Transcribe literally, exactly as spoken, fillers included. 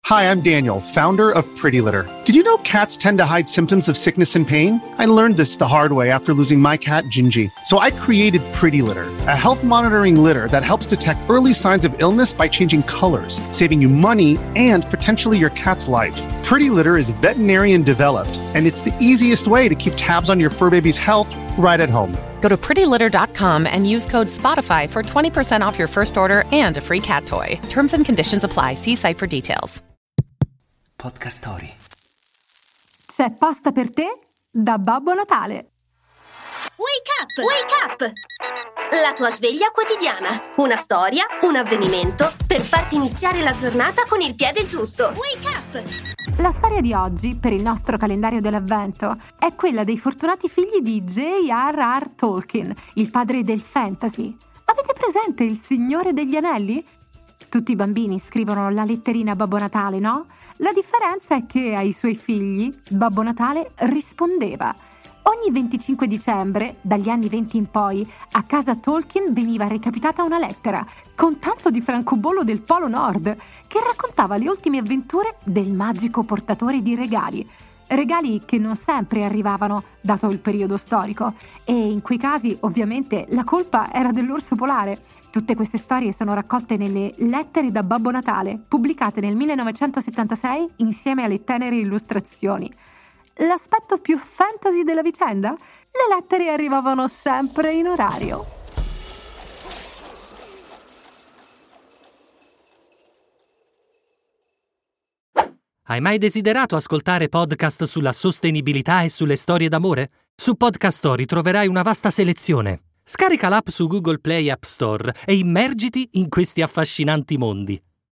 Hi, I'm Daniel, founder of Pretty Litter. Did you know cats tend to hide symptoms of sickness and pain? I learned this the hard way after losing my cat, Gingy. So I created Pretty Litter, a health monitoring litter that helps detect early signs of illness by changing colors, saving you money and potentially your cat's life. Pretty Litter is veterinarian developed, and it's the easiest way to keep tabs on your fur baby's health right at home. Go to pretty litter dot com and use code SPOTIFY for twenty percent off your first order and a free cat toy. Terms and conditions apply. See site for details. Podcast Story. C'è pasta per te da Babbo Natale. Wake up! Wake up! La tua sveglia quotidiana. Una storia, un avvenimento per farti iniziare la giornata con il piede giusto. Wake up! La storia di oggi, per il nostro calendario dell'avvento, è quella dei fortunati figli di J R R. Tolkien, il padre del fantasy. Avete presente Il Signore degli Anelli? Tutti i bambini scrivono la letterina a Babbo Natale, no? La differenza è che ai suoi figli Babbo Natale rispondeva. Ogni venticinque dicembre, dagli anni venti in poi, a casa Tolkien veniva recapitata una lettera con tanto di francobollo del Polo Nord che raccontava le ultime avventure del magico portatore di regali. Regali che non sempre arrivavano, dato il periodo storico, e in quei casi ovviamente la colpa era dell'orso polare. Tutte queste storie sono raccolte nelle Lettere da Babbo Natale, pubblicate nel millenovecentosettantasei insieme alle tenere illustrazioni. L'aspetto più fantasy della vicenda? Le lettere arrivavano sempre in orario. Hai mai desiderato ascoltare podcast sulla sostenibilità e sulle storie d'amore? Su Podcast Story troverai una vasta selezione. Scarica l'app su Google Play App Store e immergiti in questi affascinanti mondi.